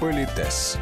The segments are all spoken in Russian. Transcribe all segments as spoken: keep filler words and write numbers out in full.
Политес.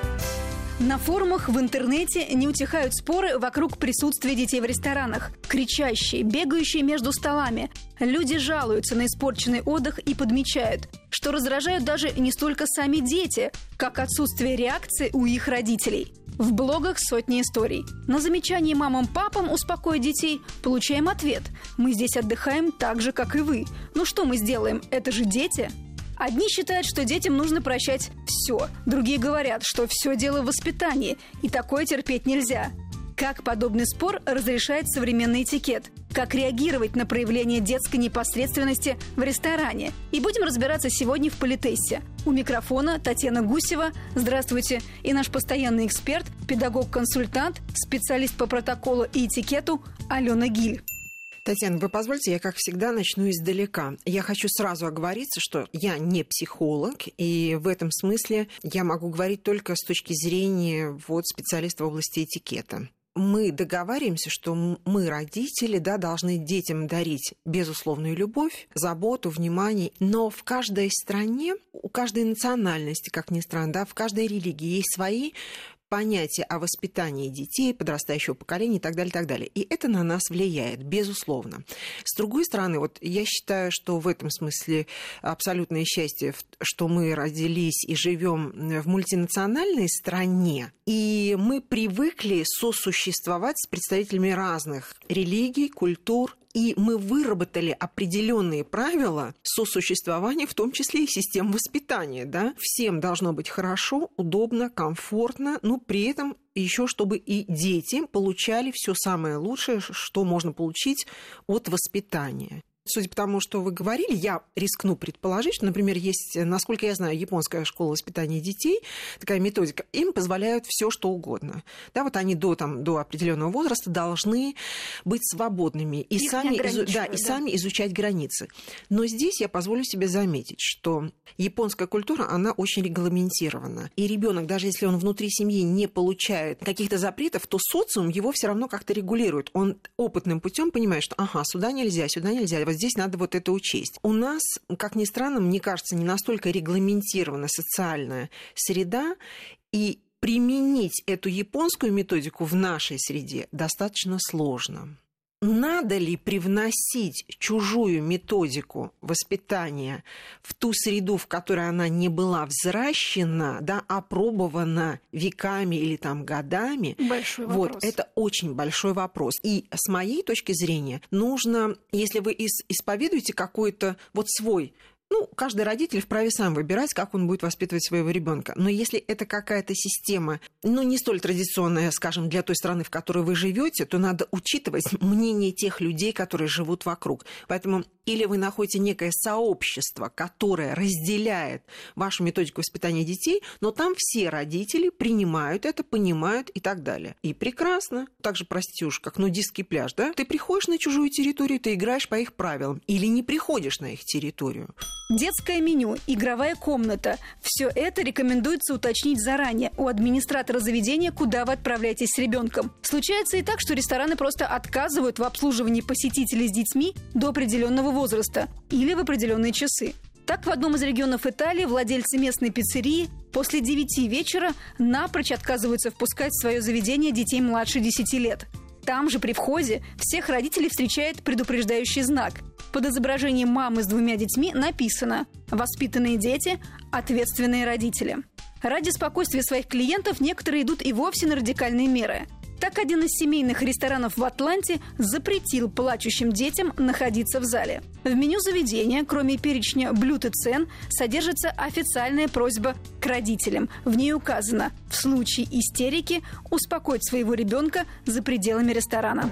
На форумах в интернете не утихают споры вокруг присутствия детей в ресторанах. Кричащие, бегающие между столами. Люди жалуются на испорченный отдых и подмечают, что раздражают даже не столько сами дети, как отсутствие реакции у их родителей. В блогах сотни историй. На замечание мамам-папам успокоить детей получаем ответ. Мы здесь отдыхаем так же, как и вы. Ну что мы сделаем? Это же дети. Одни считают, что детям нужно прощать все. Другие говорят, что все дело в воспитании, и такое терпеть нельзя. Как подобный спор разрешает современный этикет? Как реагировать на проявление детской непосредственности в ресторане? И будем разбираться сегодня в Политессе. У микрофона Татьяна Гусева. Здравствуйте. И наш постоянный эксперт, педагог-консультант, специалист по протоколу и этикету Алена Гиль. Татьяна, вы позвольте, я, как всегда, начну издалека. Я хочу сразу оговориться, что я не психолог, и в этом смысле я могу говорить только с точки зрения вот, специалиста в области этикета. Мы договариваемся, что мы, родители, да, должны детям дарить безусловную любовь, заботу, внимание, но в каждой стране, у каждой национальности, как ни странно, да, в каждой религии есть свои понятие о воспитании детей, подрастающего поколения и так далее, и так далее. И это на нас влияет, безусловно. С другой стороны, вот я считаю, что в этом смысле абсолютное счастье, что мы родились и живем в мультинациональной стране, и мы привыкли сосуществовать с представителями разных религий, культур, и мы выработали определенные правила сосуществования, в том числе и систем воспитания. Да? Всем должно быть хорошо, удобно, комфортно, но при этом еще чтобы и дети получали все самое лучшее, что можно получить от воспитания. Судя по тому, что вы говорили, я рискну предположить, что, например, есть, насколько я знаю, японская школа воспитания детей, такая методика, им позволяют все что угодно. Да, вот они до, там, до определенного возраста должны быть свободными и, сами, изу, да, и да. сами изучать границы. Но здесь я позволю себе заметить, что японская культура, она очень регламентирована. И ребенок, даже если он внутри семьи не получает каких-то запретов, то социум его все равно как-то регулирует. Он опытным путем понимает, что ага, сюда нельзя, сюда нельзя. Здесь надо вот это учесть. У нас, как ни странно, мне кажется, не настолько регламентирована социальная среда, и применить эту японскую методику в нашей среде достаточно сложно. Надо ли привносить чужую методику воспитания в ту среду, в которой она не была взращена, да, опробована веками или там годами? Большой вопрос. Вот, это очень большой вопрос. И с моей точки зрения нужно, если вы исповедуете какой-то вот свой, ну, каждый родитель вправе сам выбирать, как он будет воспитывать своего ребенка. Но если это какая-то система, ну, не столь традиционная, скажем, для той страны, в которой вы живете, то надо учитывать мнение тех людей, которые живут вокруг. Поэтому или вы находите некое сообщество, которое разделяет вашу методику воспитания детей, но там все родители принимают это, понимают и так далее. И прекрасно. Так же, простите уж, как нудистский пляж, да? Ты приходишь на чужую территорию, ты играешь по их правилам. Или не приходишь на их территорию. Детское меню, игровая комната – все это рекомендуется уточнить заранее у администратора заведения, куда вы отправляетесь с ребенком. Случается и так, что рестораны просто отказывают в обслуживании посетителей с детьми до определенного возраста или в определенные часы. Так, в одном из регионов Италии владельцы местной пиццерии после девяти вечера напрочь отказываются впускать в свое заведение детей младше десяти лет. Там же при входе всех родителей встречает предупреждающий знак. Под изображением мамы с двумя детьми написано «Воспитанные дети, ответственные родители». Ради спокойствия своих клиентов некоторые идут и вовсе на радикальные меры. Так, один из семейных ресторанов в Атланте запретил плачущим детям находиться в зале. В меню заведения, кроме перечня блюд и цен, содержится официальная просьба к родителям. В ней указано: в случае истерики успокоить своего ребенка за пределами ресторана.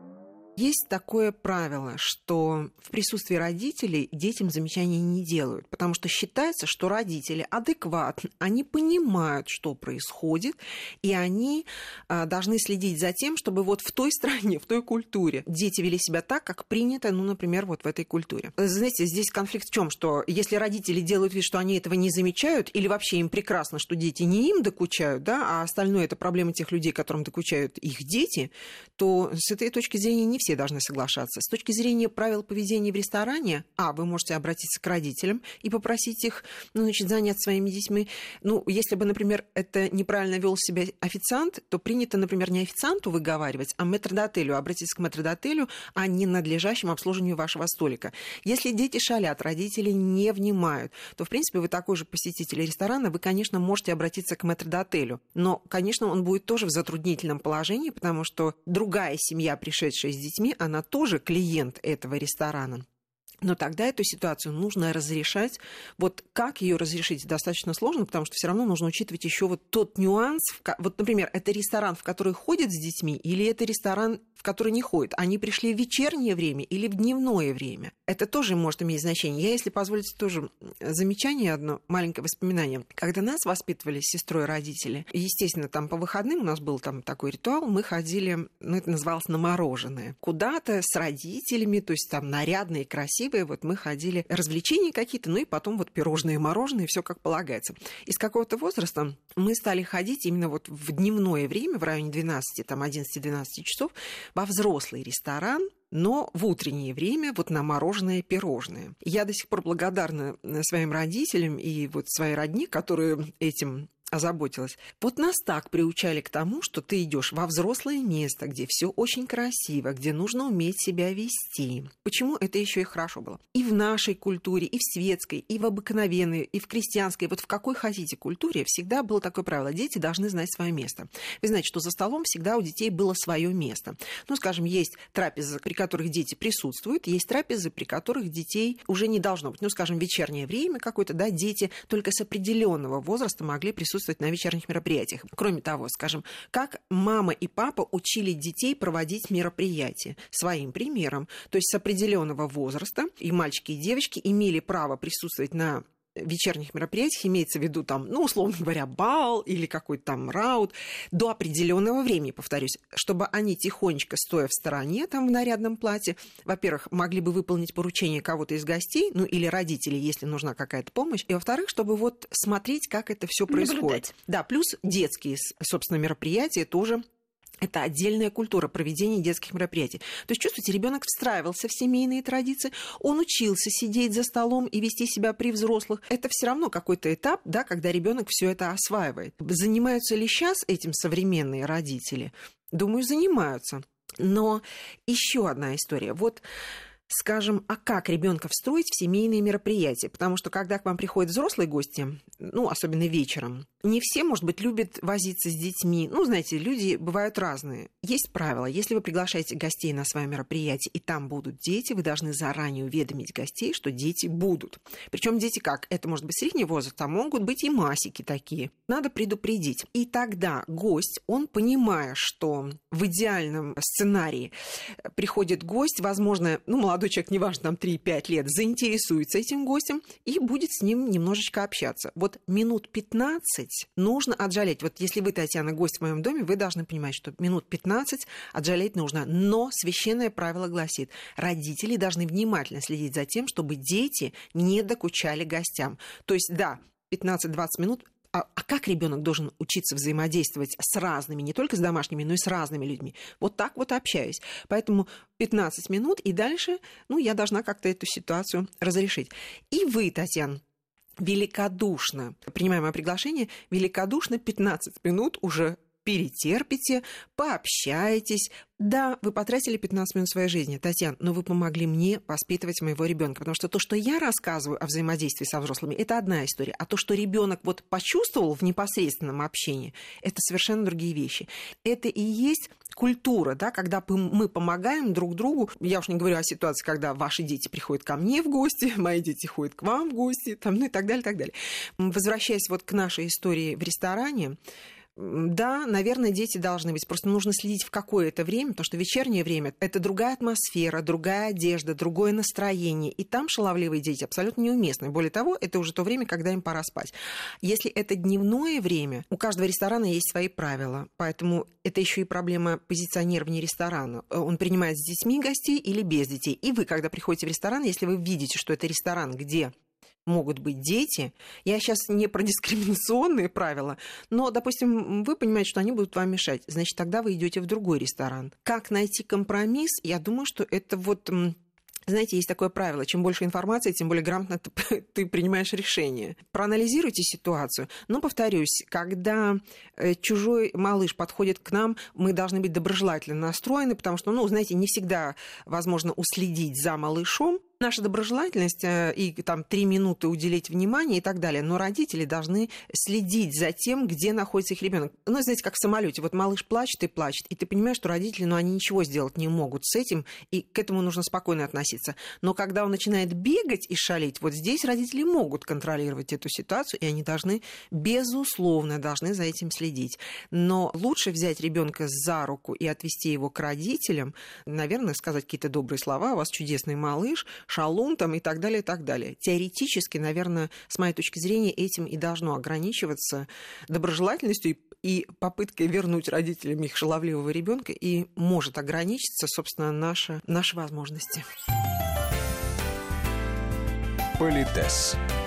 Есть такое правило, что в присутствии родителей детям замечаний не делают, потому что считается, что родители адекватны, они понимают, что происходит, и они а, должны следить за тем, чтобы вот в той стране, в той культуре дети вели себя так, как принято, ну, например, вот в этой культуре. Знаете, здесь конфликт в чем, что если родители делают вид, что они этого не замечают, или вообще им прекрасно, что дети не им докучают, да, а остальное это проблема тех людей, которым докучают их дети, то с этой точки зрения не все должны соглашаться. С точки зрения правил поведения в ресторане, а, вы можете обратиться к родителям и попросить их, ну, значит, заняться своими детьми. Ну, если бы, например, это неправильно вел себя официант, то принято, например, не официанту выговаривать, а метрдотелю, обратиться к метрдотелю о ненадлежащем обслуживании вашего столика. Если дети шалят, родители не внимают, то, в принципе, вы такой же посетитель ресторана, вы, конечно, можете обратиться к метрдотелю. Но, конечно, он будет тоже в затруднительном положении, потому что другая семья, пришедшая с детьми, она тоже клиент этого ресторана. Но тогда эту ситуацию нужно разрешать. Вот как ее разрешить, достаточно сложно, потому что все равно нужно учитывать еще вот тот нюанс. Вот, например, это ресторан, в который ходят с детьми, или это ресторан, в который не ходят. Они пришли в вечернее время или в дневное время. Это тоже может иметь значение. Я, если позволите, тоже замечание одно, маленькое воспоминание. Когда нас воспитывали с сестрой родители, естественно, там по выходным у нас был там такой ритуал, мы ходили, ну, это называлось на мороженое, куда-то с родителями, то есть там нарядные, красивые. Вот мы ходили, развлечения какие-то, ну и потом вот пирожные, мороженое, все как полагается. И с какого-то возраста мы стали ходить именно вот в дневное время, в районе двенадцати, там, одиннадцати-двенадцати часов, во взрослый ресторан, но в утреннее время вот на мороженое, пирожное. Я до сих пор благодарна своим родителям и вот своей родне, которые этим озаботилась. Вот нас так приучали к тому, что ты идешь во взрослое место, где все очень красиво, где нужно уметь себя вести. Почему это еще и хорошо было? И в нашей культуре, и в светской, и в обыкновенной, и в крестьянской, вот в какой хотите культуре, всегда было такое правило: дети должны знать свое место. Вы знаете, что за столом всегда у детей было свое место. Ну, скажем, есть трапезы, при которых дети присутствуют, есть трапезы, при которых детей уже не должно быть. Ну, скажем, вечернее время какое-то, да, дети только с определенного возраста могли присутствовать на вечерних мероприятиях. Кроме того, скажем, как мама и папа учили детей проводить мероприятия своим примером. То есть с определенного возраста и мальчики, и девочки имели право присутствовать на вечерних мероприятиях, имеется в виду там, ну, условно говоря, бал или какой-то там раут, до определенного времени, повторюсь, чтобы они тихонечко, стоя в стороне, там, в нарядном платье, во-первых, могли бы выполнить поручение кого-то из гостей, ну, или родителей, если нужна какая-то помощь, и, во-вторых, чтобы вот смотреть, как это все происходит. Наблюдать. Да, плюс детские, собственно, мероприятия тоже. Это отдельная культура проведения детских мероприятий. То есть, чувствуете, ребенок встраивался в семейные традиции, он учился сидеть за столом и вести себя при взрослых. Это все равно какой-то этап, да, когда ребенок все это осваивает. Занимаются ли сейчас этим современные родители? Думаю, занимаются. Но еще одна история. Вот, скажем, а как ребенка встроить в семейные мероприятия? Потому что когда к вам приходят взрослые гости, ну, особенно вечером, не все, может быть, любят возиться с детьми. Ну, знаете, люди бывают разные. Есть правило: если вы приглашаете гостей на свое мероприятие, и там будут дети, вы должны заранее уведомить гостей, что дети будут. Причем дети как? Это может быть средний возраст, а могут быть и масики такие. Надо предупредить. И тогда гость, он, понимая, что в идеальном сценарии приходит гость, возможно, ну, молодой человек, неважно, там три-пять лет, заинтересуется этим гостем и будет с ним немножечко общаться. Вот минут пятнадцать нужно отжалеть. Вот если вы, Татьяна, гость в моем доме, вы должны понимать, что минут пятнадцать отжалеть нужно. Но священное правило гласит: родители должны внимательно следить за тем, чтобы дети не докучали гостям. То есть, да, пятнадцать-двадцать минут. А, а как ребенок должен учиться взаимодействовать с разными, не только с домашними, но и с разными людьми? Вот так вот общаюсь. Поэтому пятнадцать минут, и дальше, ну, я должна как-то эту ситуацию разрешить. И вы, Татьяна, великодушно, принимая мое приглашение, великодушно пятнадцать минут уже перетерпите, пообщаетесь. Да, вы потратили пятнадцать минут своей жизни, Татьяна, но вы помогли мне воспитывать моего ребенка, потому что то, что я рассказываю о взаимодействии со взрослыми, это одна история, а то, что ребенок вот почувствовал в непосредственном общении, это совершенно другие вещи. Это и есть культура, да, когда мы помогаем друг другу. Я уж не говорю о ситуации, когда ваши дети приходят ко мне в гости, мои дети ходят к вам в гости, там, ну и так далее, так далее. Возвращаясь вот к нашей истории в ресторане, да, наверное, дети должны быть. Просто нужно следить в какое-то время, потому что вечернее время – это другая атмосфера, другая одежда, другое настроение. И там шаловливые дети абсолютно неуместны. Более того, это уже то время, когда им пора спать. Если это дневное время, у каждого ресторана есть свои правила. Поэтому это еще и проблема позиционирования ресторана. Он принимает с детьми гостей или без детей. И вы, когда приходите в ресторан, если вы видите, что это ресторан, где могут быть дети. Я сейчас не про дискриминационные правила, но, допустим, вы понимаете, что они будут вам мешать. Значит, тогда вы идете в другой ресторан. Как найти компромисс? Я думаю, что это вот... Знаете, есть такое правило, чем больше информации, тем более грамотно ты, ты принимаешь решение. Проанализируйте ситуацию. Но, повторюсь, когда чужой малыш подходит к нам, мы должны быть доброжелательно настроены, потому что, ну, знаете, не всегда возможно уследить за малышом. Наша доброжелательность и там три минуты уделить внимание и так далее. Но родители должны следить за тем, где находится их ребенок. Ну, знаете, как в самолете. Вот малыш плачет и плачет, и ты понимаешь, что родители, ну, они ничего сделать не могут с этим, и к этому нужно спокойно относиться. Но когда он начинает бегать и шалить, вот здесь родители могут контролировать эту ситуацию, и они должны, безусловно, должны за этим следить. Но лучше взять ребенка за руку и отвести его к родителям, наверное, сказать какие-то добрые слова: у вас чудесный малыш, шалун там и так далее, и так далее. Теоретически, наверное, с моей точки зрения, этим и должно ограничиваться доброжелательностью и, и попыткой вернуть родителям их шаловливого ребенка, и может ограничиться, собственно, наши, наши возможности. Политес.